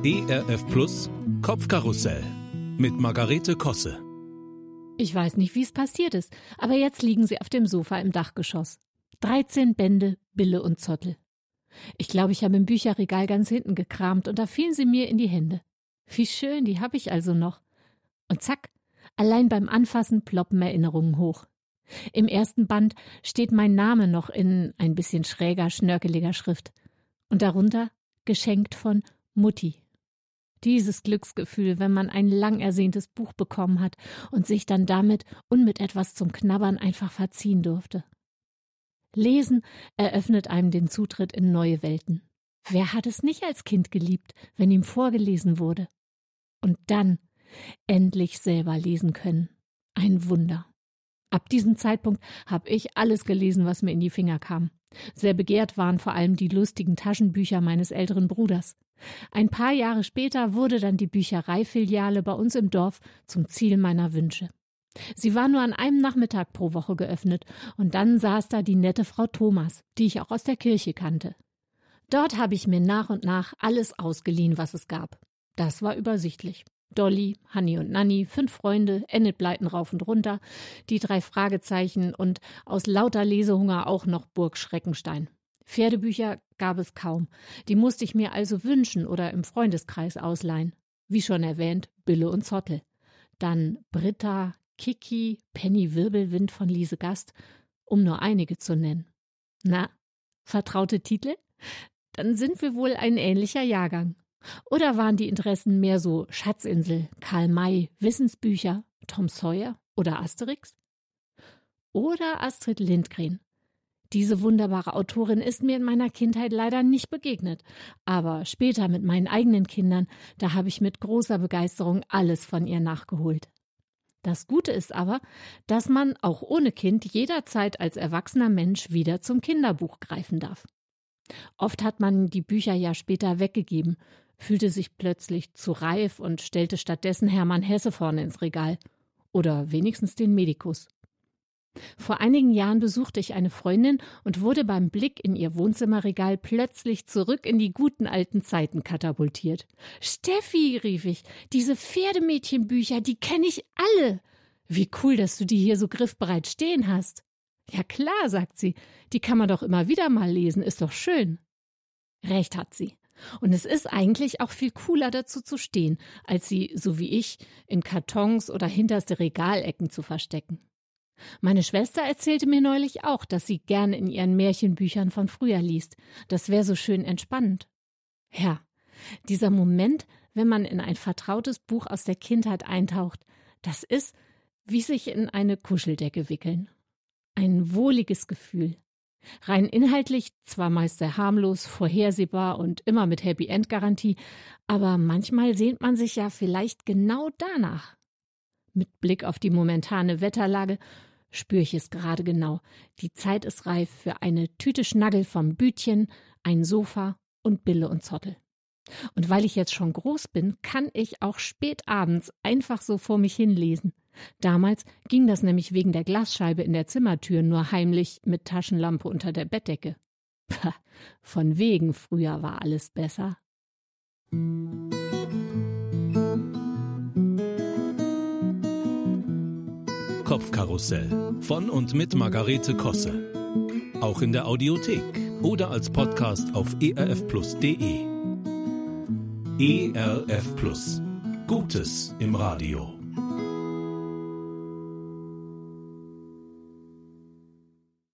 ERF Plus Kopfkarussell mit Margarete Kosse. Ich weiß nicht, wie es passiert ist, aber jetzt liegen sie auf dem Sofa im Dachgeschoss. 13 Bände, Bille und Zottel. Ich glaube, ich habe im Bücherregal ganz hinten gekramt und da fielen sie mir in die Hände. Wie schön, die habe ich also noch. Und zack, allein beim Anfassen ploppen Erinnerungen hoch. Im ersten Band steht mein Name noch in ein bisschen schräger, schnörkeliger Schrift. Und darunter geschenkt von Mutti. Dieses Glücksgefühl, wenn man ein lang ersehntes Buch bekommen hat und sich dann damit und mit etwas zum Knabbern einfach verziehen durfte. Lesen eröffnet einem den Zutritt in neue Welten. Wer hat es nicht als Kind geliebt, wenn ihm vorgelesen wurde? Und dann endlich selber lesen können. Ein Wunder. Ab diesem Zeitpunkt habe ich alles gelesen, was mir in die Finger kam. Sehr begehrt waren vor allem die lustigen Taschenbücher meines älteren Bruders. Ein paar Jahre später wurde dann die Büchereifiliale bei uns im Dorf zum Ziel meiner Wünsche. Sie war nur an einem Nachmittag pro Woche geöffnet und dann saß da die nette Frau Thomas, die ich auch aus der Kirche kannte. Dort habe ich mir nach und nach alles ausgeliehen, was es gab. Das war übersichtlich. Dolly, Hanni und Nanni, 5 Freunde, Enid Blyton rauf und runter, die 3 Fragezeichen und aus lauter Lesehunger auch noch Burg Schreckenstein. Pferdebücher gab es kaum. Die musste ich mir also wünschen oder im Freundeskreis ausleihen. Wie schon erwähnt, Bille und Zottel. Dann Britta, Kiki, Penny Wirbelwind von Lise Gast, um nur einige zu nennen. Na, vertraute Titel? Dann sind wir wohl ein ähnlicher Jahrgang. Oder waren die Interessen mehr so Schatzinsel, Karl May, Wissensbücher, Tom Sawyer oder Asterix? Oder Astrid Lindgren. Diese wunderbare Autorin ist mir in meiner Kindheit leider nicht begegnet, aber später mit meinen eigenen Kindern, da habe ich mit großer Begeisterung alles von ihr nachgeholt. Das Gute ist aber, dass man auch ohne Kind jederzeit als erwachsener Mensch wieder zum Kinderbuch greifen darf. Oft hat man die Bücher ja später weggegeben, fühlte sich plötzlich zu reif und stellte stattdessen Hermann Hesse vorne ins Regal. Oder wenigstens den Medikus. Vor einigen Jahren besuchte ich eine Freundin und wurde beim Blick in ihr Wohnzimmerregal plötzlich zurück in die guten alten Zeiten katapultiert. »Steffi«, rief ich, »diese Pferdemädchenbücher, die kenne ich alle. Wie cool, dass du die hier so griffbereit stehen hast.« »Ja klar«, sagt sie, »die kann man doch immer wieder mal lesen, ist doch schön.« Recht hat sie. Und es ist eigentlich auch viel cooler, dazu zu stehen, als sie, so wie ich, in Kartons oder hinterste Regalecken zu verstecken. Meine Schwester erzählte mir neulich auch, dass sie gerne in ihren Märchenbüchern von früher liest. Das wäre so schön entspannend. Ja, dieser Moment, wenn man in ein vertrautes Buch aus der Kindheit eintaucht, das ist, wie sich in eine Kuscheldecke wickeln. Ein wohliges Gefühl. Rein inhaltlich zwar meist sehr harmlos, vorhersehbar und immer mit Happy-End-Garantie, aber manchmal sehnt man sich ja vielleicht genau danach. Mit Blick auf die momentane Wetterlage spüre ich es gerade genau. Die Zeit ist reif für eine Tüte Schnaggel vom Bütchen, ein Sofa und Bille und Zottel. Und weil ich jetzt schon groß bin, kann ich auch spät abends einfach so vor mich hinlesen. Damals ging das nämlich wegen der Glasscheibe in der Zimmertür nur heimlich mit Taschenlampe unter der Bettdecke. Pah, von wegen, früher war alles besser. Kopfkarussell von und mit Margarete Kosse. Auch in der Audiothek oder als Podcast auf erfplus.de. ERF Plus. Gutes im Radio.